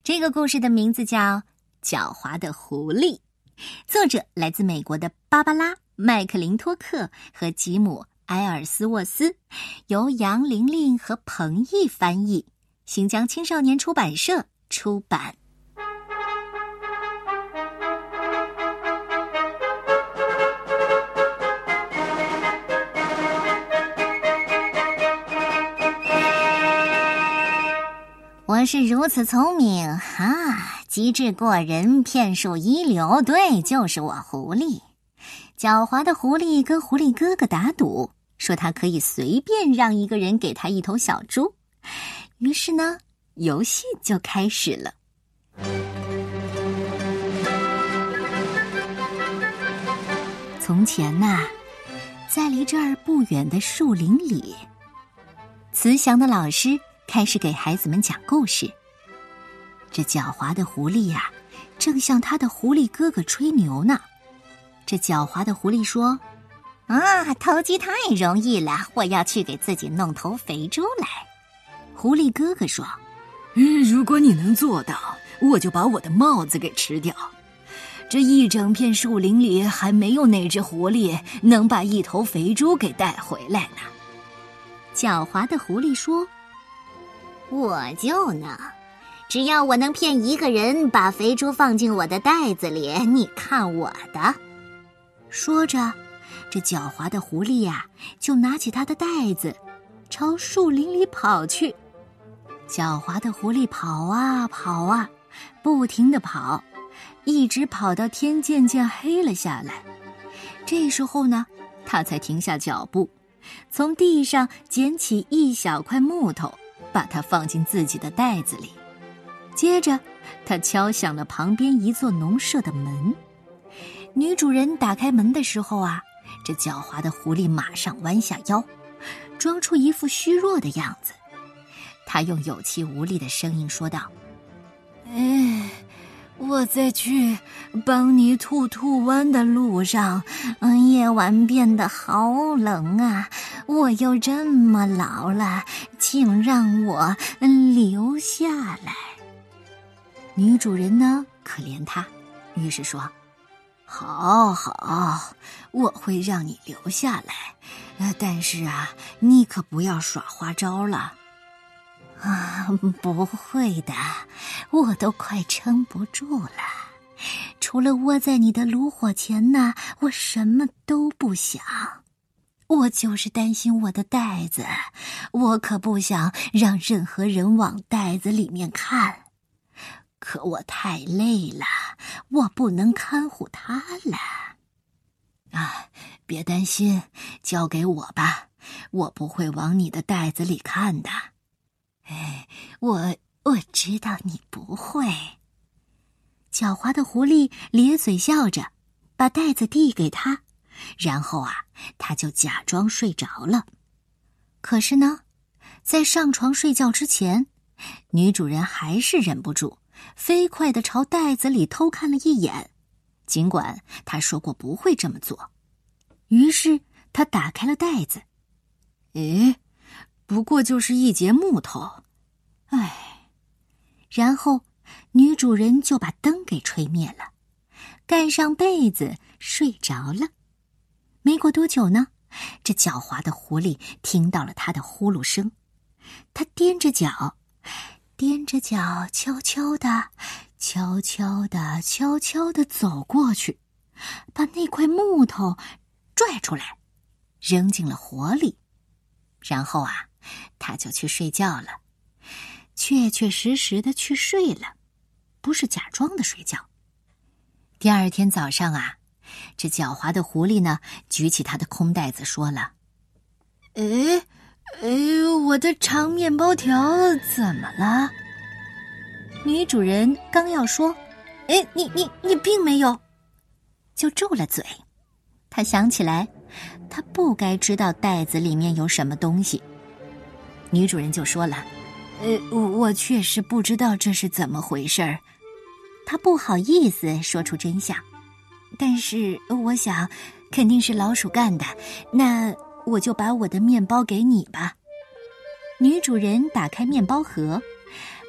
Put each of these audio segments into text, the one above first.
这个故事的名字叫《狡猾的狐狸》，作者来自美国的芭芭拉·麦克林托克和吉姆·埃尔斯沃斯，由杨玲玲和彭毅翻译，新疆青少年出版社出版。我是如此聪明啊，机智过人，骗术一流，对，就是我狐狸。狡猾的狐狸跟狐狸哥哥打赌，说他可以随便让一个人给他一头小猪。于是呢，游戏就开始了。从前呐，在离这儿不远的树林里，慈祥的老师开始给孩子们讲故事。这狡猾的狐狸呀，正向他的狐狸哥哥吹牛呢。这狡猾的狐狸说：投机太容易了，我要去给自己弄头肥猪来。狐狸哥哥说： 如果你能做到，我就把我的帽子给吃掉。这一整片树林里还没有哪只狐狸能把一头肥猪给带回来呢。 狡猾的狐狸说：我就能，只要我能骗一个人把肥猪放进我的袋子里，你看我的。说着，这狡猾的狐狸呀，就拿起他的袋子朝树林里跑去。狡猾的狐狸跑啊跑啊，不停地跑，一直跑到天渐渐黑了下来。这时候呢，他才停下脚步，从地上捡起一小块木头，把它放进自己的袋子里。接着他敲响了旁边一座农舍的门。女主人打开门的时候啊，这狡猾的狐狸马上弯下腰，装出一副虚弱的样子。他用有气无力的声音说道： 我在去帮你兔湾的路上， 夜晚变得好冷啊，我又这么老了，请让我留下来。女主人呢，可怜他，于是说： 好，我会让你留下来，但是啊，你可不要耍花招了。 不会的，我都快撑不住了。除了窝在你的炉火前呢，我什么都不想。我就是担心我的袋子，我可不想让任何人往袋子里面看。可我太累了，我不能看护它了。 别担心，交给我吧，我不会往你的袋子里看的。 我知道你不会。狡猾的狐狸咧嘴笑着，把袋子递给他，然后啊，他就假装睡着了。可是呢，在上床睡觉之前，女主人还是忍不住，飞快地朝袋子里偷看了一眼，尽管她说过不会这么做。于是她打开了袋子。 不过就是一截木头。 然后女主人就把灯给吹灭了，盖上被子睡着了。没过多久呢，这狡猾的狐狸听到了她的呼噜声，她踮着脚，悄悄地走过去，把那块木头拽出来，扔进了火里。然后啊，他就去睡觉了，确实的去睡了，不是假装的睡觉。第二天早上啊，这狡猾的狐狸呢，举起他的空袋子说了： 我的长面包条怎么了？ 女主人刚要说你并没有，就住了嘴。她想起来，她不该知道袋子里面有什么东西。女主人就说了： 我确实不知道这是怎么回事儿。 她不好意思说出真相，但是我想肯定是老鼠干的，那我就把我的面包给你吧。女主人打开面包盒，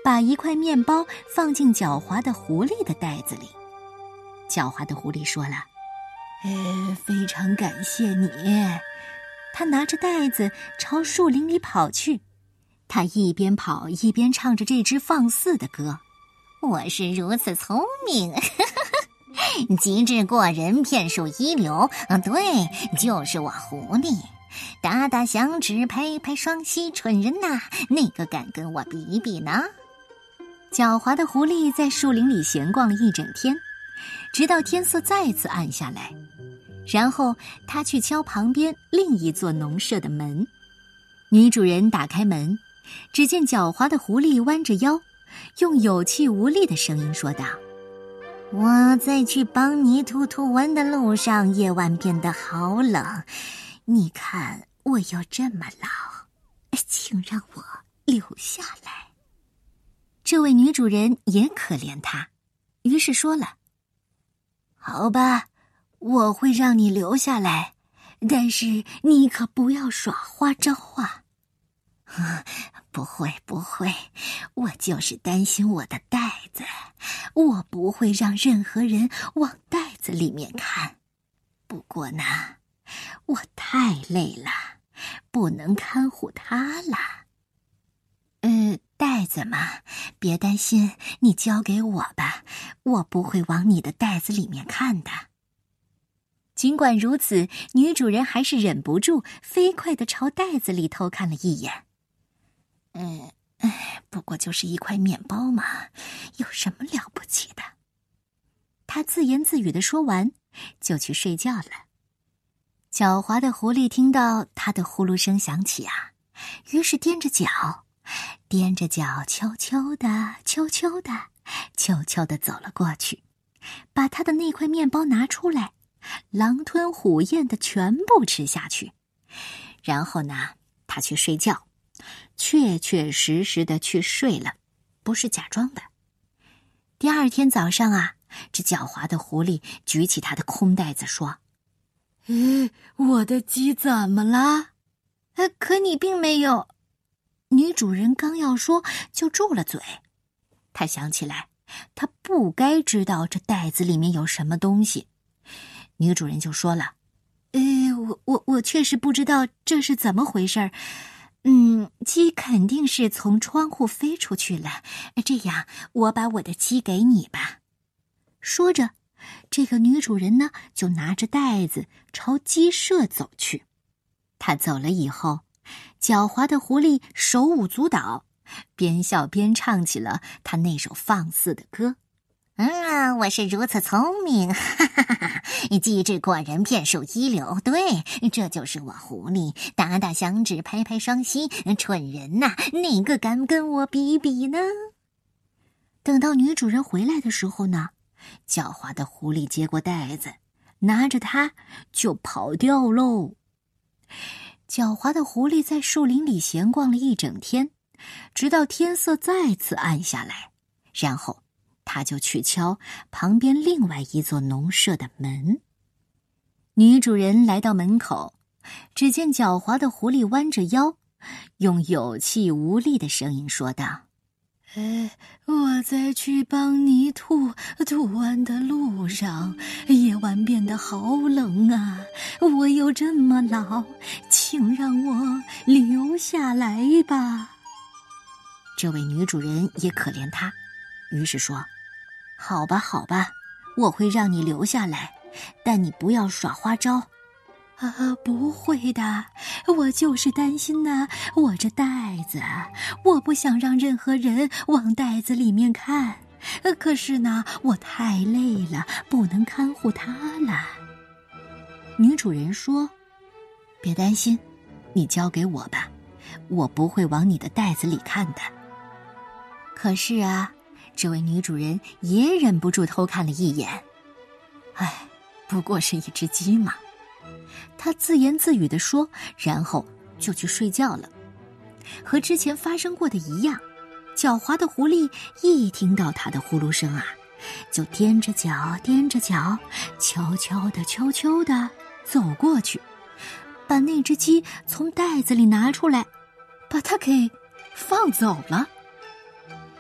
把一块面包放进狡猾的狐狸的袋子里。狡猾的狐狸说了：“非常感谢你。”他拿着袋子朝树林里跑去。他一边跑一边唱着这支放肆的歌：“ 我是如此聪明，机智过人，骗术一流。对，就是我狐狸。打打响指，拍拍双膝，蠢人呐，哪个敢跟我比比呢？” 狡猾的狐狸在树林里闲逛了一整天，直到天色再次暗下来。然后他去敲旁边另一座农舍的门。女主人打开门，只见狡猾的狐狸弯着腰，用有气无力的声音说道：“ 我在去帮泥兔兔玩的路上，夜晚变得好冷。你看我又这么老，请让我留下来。” 这位女主人也可怜他，于是说了：“好吧，我会让你留下来，但是你可不要耍花招啊。”“ 不会，我就是担心我的袋子，我不会让任何人往袋子里面看。不过呢，我太累了，不能看护它了。袋子嘛，别担心，你交给我吧，我不会往你的袋子里面看的。” 尽管如此，女主人还是忍不住飞快地朝袋子里偷看了一眼。 不过就是一块面包嘛，有什么了不起的？ 她自言自语地说完，就去睡觉了。狡猾的狐狸听到她的呼噜声响起啊，于是踮着脚，悄悄地走了过去，把她的那块面包拿出来，狼吞虎咽地全部吃下去。然后呢，他去睡觉，确实地去睡了，不是假装的。第二天早上啊，这狡猾的狐狸举起他的空袋子说：“ 我的鸡怎么了？” 可你并没有。女主人刚要说，就住了嘴。她想起来，她不该知道这袋子里面有什么东西。女主人就说了：“我确实不知道这是怎么回事儿。鸡肯定是从窗户飞出去了。这样，我把我的鸡给你吧。”说着，这个女主人呢，就拿着袋子朝鸡舍走去。她走了以后，狡猾的狐狸手舞足蹈，边笑边唱起了他那首放肆的歌。 我是如此聪明，机智过人，骗术一流。对，这就是我狐狸。打打响指，拍拍双膝，蠢人呐，哪个敢跟我比比呢？ 等到女主人回来的时候呢，狡猾的狐狸接过袋子，拿着它就跑掉喽。狡猾的狐狸在树林里闲逛了一整天，直到天色再次暗下来，然后他就去敲旁边另外一座农舍的门。女主人来到门口，只见狡猾的狐狸弯着腰，用有气无力的声音说道：“ 我在去帮泥兔玩的路上，夜晚变得好冷啊！我又这么老，请让我留下来吧。” 这位女主人也可怜他，于是说：“好吧，我会让你留下来，但你不要耍花招。” 不会的，我就是担心呢，我这袋子，我不想让任何人往袋子里面看。可是呢，我太累了，不能看护它了。 女主人说：“别担心，你交给我吧，我不会往你的袋子里看的。”可是啊，这位女主人也忍不住偷看了一眼。不过是一只鸡嘛。她自言自语地说，然后就去睡觉了。和之前发生过的一样，狡猾的狐狸一听到她的呼噜声啊，就踮着脚，悄悄地走过去，把那只鸡从袋子里拿出来，把它给放走了。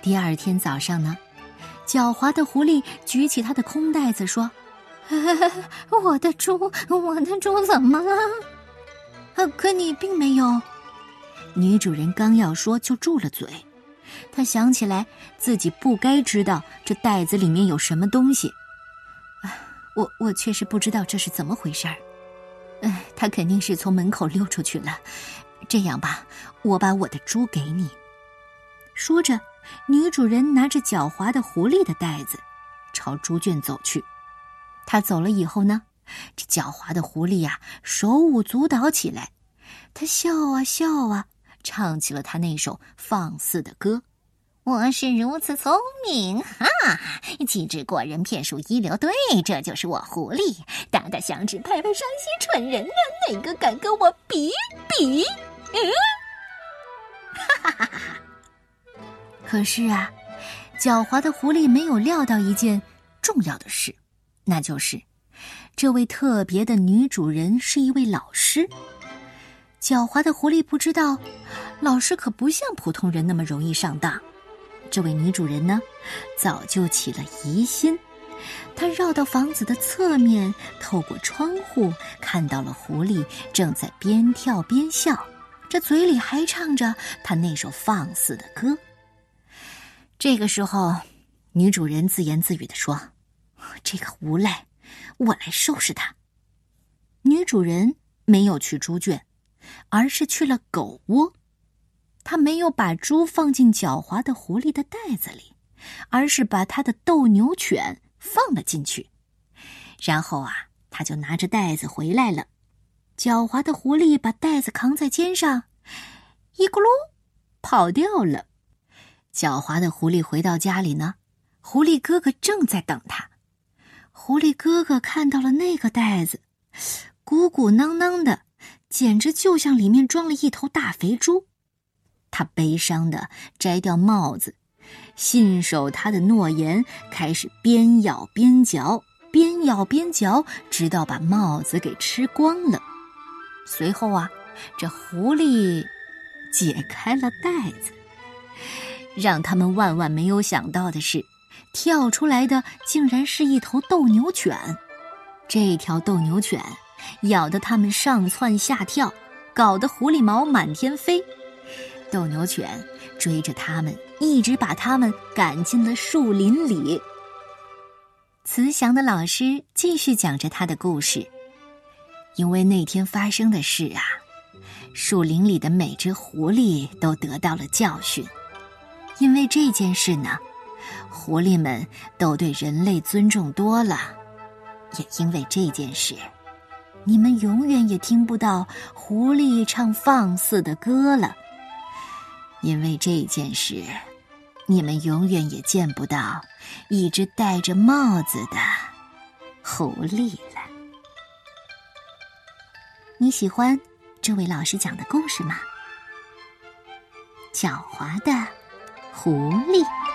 第二天早上呢，狡猾的狐狸举起他的空袋子说：“ 我的猪怎么了？” 可你并没有。女主人刚要说，就住了嘴。她想起来自己不该知道这袋子里面有什么东西。我确实不知道这是怎么回事儿。他肯定是从门口溜出去了。这样吧，我把我的猪给你。说着，女主人拿着狡猾的狐狸的袋子朝猪圈走去。她走了以后呢，这狡猾的狐狸呀，手舞足蹈起来。他笑啊笑啊，唱起了他那首放肆的歌。 我是如此聪明，哈！机智过人，骗术一流，对，这就是我狐狸。打打响指，拍拍伤心蠢人啊！哪个敢跟我比比？ 哈哈哈哈！可是啊，狡猾的狐狸没有料到一件重要的事，那就是这位特别的女主人是一位老师。狡猾的狐狸不知道，老师可不像普通人那么容易上当。这位女主人呢，早就起了疑心。她绕到房子的侧面，透过窗户看到了狐狸正在边跳边笑，这嘴里还唱着她那首放肆的歌。这个时候，女主人自言自语地说：“这个无赖，我来收拾他。”女主人没有去猪圈，而是去了狗窝。他没有把猪放进狡猾的狐狸的袋子里，而是把他的斗牛犬放了进去。然后啊，他就拿着袋子回来了。狡猾的狐狸把袋子扛在肩上，一咕噜跑掉了。狡猾的狐狸回到家里呢，狐狸哥哥正在等他。狐狸哥哥看到了那个袋子，鼓鼓囊囊的，简直就像里面装了一头大肥猪。他悲伤地摘掉帽子，信守他的诺言，开始边咬边嚼，边咬边嚼，直到把帽子给吃光了。随后啊，这狐狸解开了袋子。让他们万万没有想到的是，跳出来的竟然是一头斗牛犬。这条斗牛犬咬得他们上蹿下跳，搞得狐狸毛满天飞。斗牛犬追着他们，一直把他们赶进了树林里。慈祥的老师继续讲着他的故事。因为那天发生的事啊，树林里的每只狐狸都得到了教训。因为这件事呢，狐狸们都对人类尊重多了。也因为这件事，你们永远也听不到狐狸唱放肆的歌了。因为这件事，你们永远也见不到一只戴着帽子的狐狸了。你喜欢这位老师讲的故事吗？狡猾的狐狸。